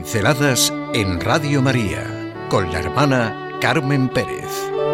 Pinceladas en Radio María con la hermana Carmen Pérez.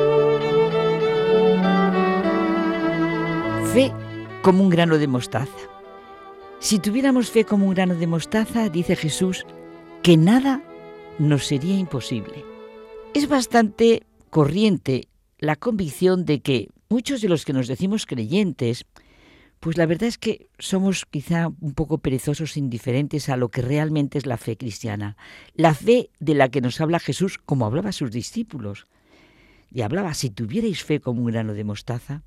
Fe como un grano de mostaza. Si tuviéramos fe como un grano de mostaza, dice Jesús, que nada nos sería imposible. Es bastante corriente la convicción de que muchos de los que nos decimos creyentes, pues la verdad es que somos quizá un poco perezosos e indiferentes a lo que realmente es la fe cristiana. La fe de la que nos habla Jesús, como hablaba a sus discípulos. Y hablaba, si tuvierais fe como un grano de mostaza.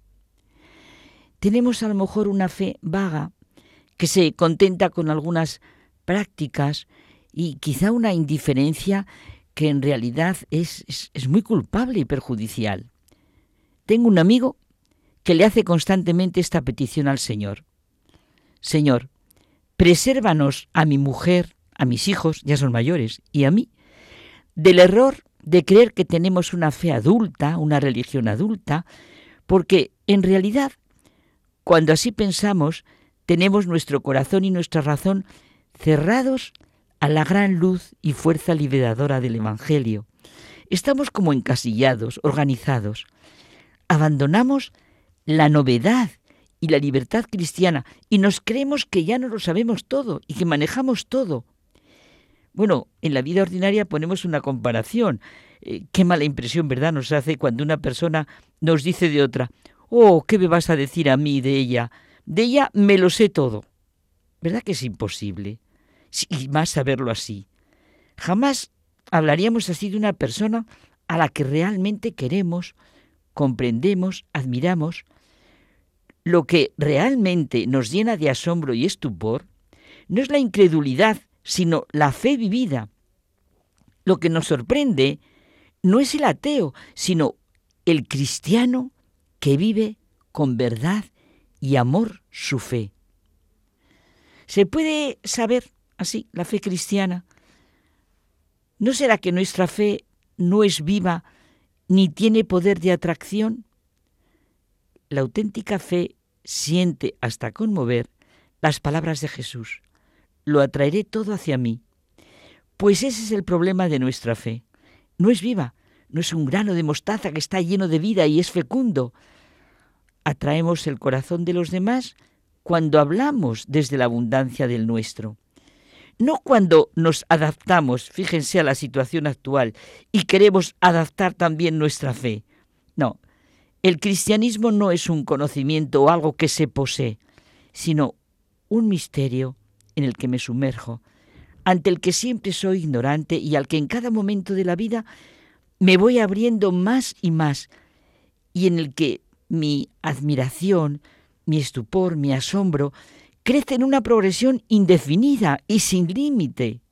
Tenemos a lo mejor una fe vaga, que se contenta con algunas prácticas y quizá una indiferencia que en realidad es muy culpable y perjudicial. Tengo un amigo que le hace constantemente esta petición al Señor. Señor, presérvanos a mi mujer, a mis hijos, ya son mayores, y a mí, del error de creer que tenemos una fe adulta, una religión adulta, porque en realidad, cuando así pensamos, tenemos nuestro corazón y nuestra razón cerrados a la gran luz y fuerza liberadora del Evangelio. Estamos como encasillados, organizados. Abandonamos la novedad y la libertad cristiana y nos creemos que ya no lo sabemos todo y que manejamos todo. Bueno, en la vida ordinaria ponemos una comparación. Qué mala impresión, ¿verdad?, nos hace cuando una persona nos dice de otra: «Oh, ¿qué me vas a decir a mí de ella? De ella me lo sé todo». ¿Verdad que es imposible? Y más saberlo así. Jamás hablaríamos así de una persona a la que realmente queremos, comprendemos, admiramos. Lo que realmente nos llena de asombro y estupor no es la incredulidad, sino la fe vivida. Lo que nos sorprende no es el ateo, sino el cristiano que vive con verdad y amor su fe. ¿Se puede saber así la fe cristiana? ¿No será que nuestra fe no es viva ni tiene poder de atracción? La auténtica fe siente hasta conmover las palabras de Jesús. Lo atraeré todo hacia mí. Pues ese es el problema de nuestra fe. No es viva, no es un grano de mostaza que está lleno de vida y es fecundo. Atraemos el corazón de los demás cuando hablamos desde la abundancia del nuestro. No cuando nos adaptamos, fíjense, a la situación actual y queremos adaptar también nuestra fe. No, el cristianismo no es un conocimiento o algo que se posee, sino un misterio en el que me sumerjo, ante el que siempre soy ignorante y al que en cada momento de la vida me voy abriendo más y más, y en el que mi admiración, mi estupor, mi asombro crece en una progresión indefinida y sin límite.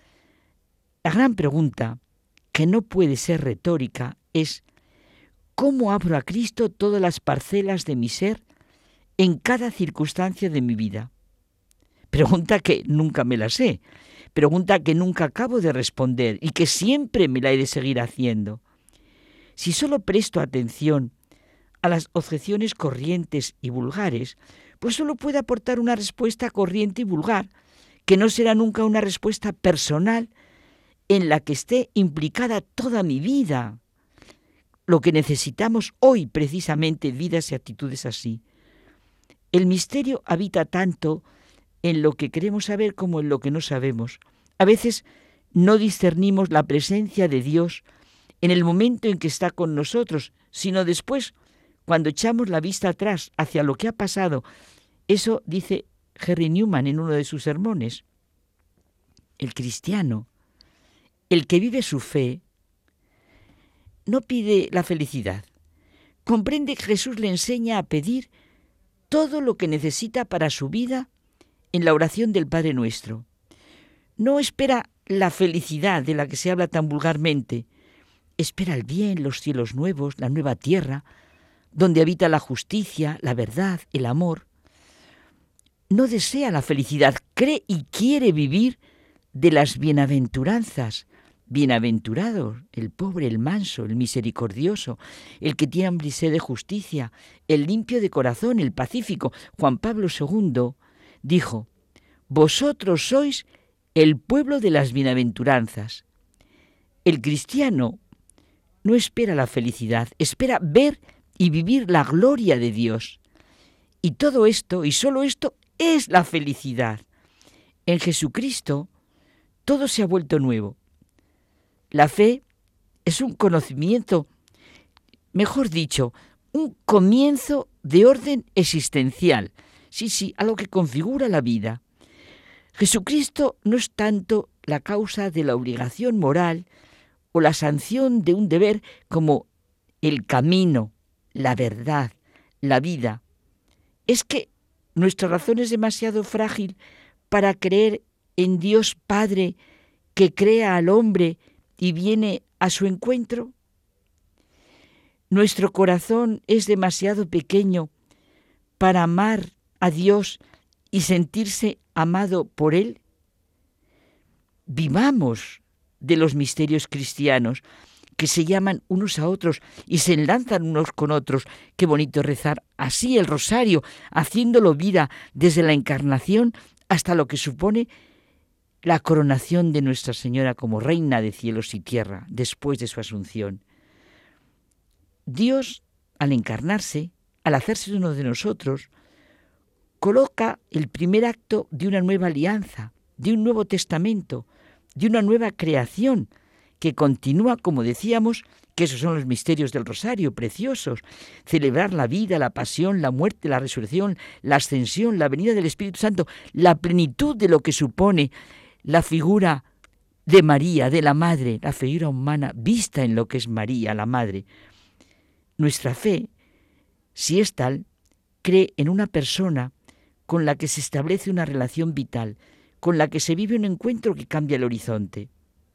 La gran pregunta, que no puede ser retórica, es: ¿cómo abro a Cristo todas las parcelas de mi ser en cada circunstancia de mi vida? Pregunta que nunca me la sé, pregunta que nunca acabo de responder y que siempre me la he de seguir haciendo. Si solo presto atención a las objeciones corrientes y vulgares, pues solo puedo aportar una respuesta corriente y vulgar, que no será nunca una respuesta personal en la que esté implicada toda mi vida. Lo que necesitamos hoy, precisamente, vidas y actitudes así. El misterio habita tanto en lo que queremos saber como en lo que no sabemos. A veces no discernimos la presencia de Dios en el momento en que está con nosotros, sino después, cuando echamos la vista atrás hacia lo que ha pasado. Eso dice Henry Newman en uno de sus sermones. El cristiano, el que vive su fe, no pide la felicidad. Comprende que Jesús le enseña a pedir todo lo que necesita para su vida en la oración del Padre Nuestro. No espera la felicidad de la que se habla tan vulgarmente. Espera el bien, los cielos nuevos, la nueva tierra, donde habita la justicia, la verdad, el amor. No desea la felicidad, cree y quiere vivir de las bienaventuranzas. Bienaventurado el pobre, el manso, el misericordioso, el que tiene hambre y sed de justicia, el limpio de corazón, el pacífico. Juan Pablo II dijo: vosotros sois el pueblo de las bienaventuranzas. El cristiano no espera la felicidad, espera ver y vivir la gloria de Dios. Y todo esto, y solo esto, es la felicidad. En Jesucristo todo se ha vuelto nuevo. La fe es un conocimiento, mejor dicho, un comienzo de orden existencial. Sí, algo que configura la vida. Jesucristo no es tanto la causa de la obligación moral o la sanción de un deber como el camino, la verdad, la vida. Es que nuestra razón es demasiado frágil para creer en Dios Padre que crea al hombre y viene a su encuentro. Nuestro corazón es demasiado pequeño para amar a Dios y sentirse amado por Él. Vivamos de los misterios cristianos que se llaman unos a otros y se enlazan unos con otros. Qué bonito rezar así el rosario, haciéndolo vida desde la encarnación hasta lo que supone la coronación de Nuestra Señora como Reina de cielos y tierra después de su asunción. Dios, al encarnarse, al hacerse uno de nosotros, coloca el primer acto de una nueva alianza, de un nuevo testamento, de una nueva creación que continúa, como decíamos, que esos son los misterios del rosario, preciosos. Celebrar la vida, la pasión, la muerte, la resurrección, la ascensión, la venida del Espíritu Santo, la plenitud de lo que supone la figura de María, de la Madre, la figura humana vista en lo que es María, la Madre. Nuestra fe, si es tal, cree en una persona con la que se establece una relación vital, con la que se vive un encuentro que cambia el horizonte.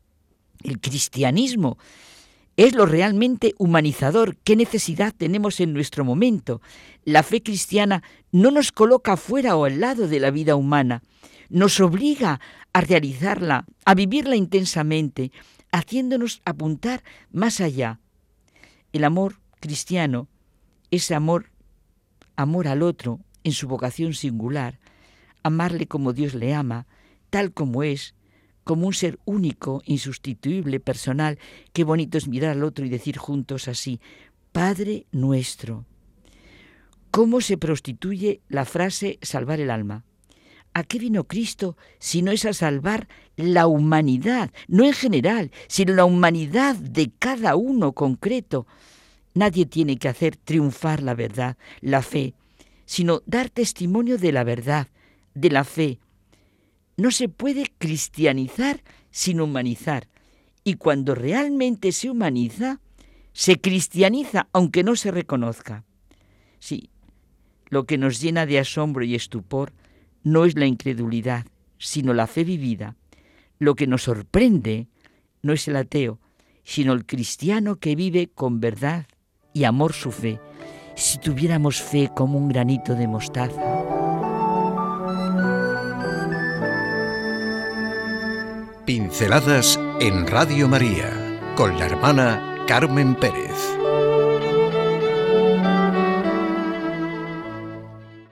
El cristianismo es lo realmente humanizador. ¿Qué necesidad tenemos en nuestro momento? La fe cristiana no nos coloca fuera o al lado de la vida humana, nos obliga a realizarla, a vivirla intensamente, haciéndonos apuntar más allá. El amor cristiano es amor al otro en su vocación singular, amarle como Dios le ama, tal como es, como un ser único, insustituible, personal. Qué bonito es mirar al otro y decir juntos así: Padre nuestro. ¿Cómo se prostituye la frase salvar el alma? ¿A qué vino Cristo si no es a salvar la humanidad? No en general, sino la humanidad de cada uno concreto. Nadie tiene que hacer triunfar la verdad, la fe, sino dar testimonio de la verdad, de la fe. No se puede cristianizar sin humanizar. Y cuando realmente se humaniza, se cristianiza, aunque no se reconozca. Sí, lo que nos llena de asombro y estupor no es la incredulidad, sino la fe vivida. Lo que nos sorprende no es el ateo, sino el cristiano que vive con verdad y amor su fe. Si tuviéramos fe como un granito de mostaza. Pinceladas en Radio María con la hermana Carmen Pérez.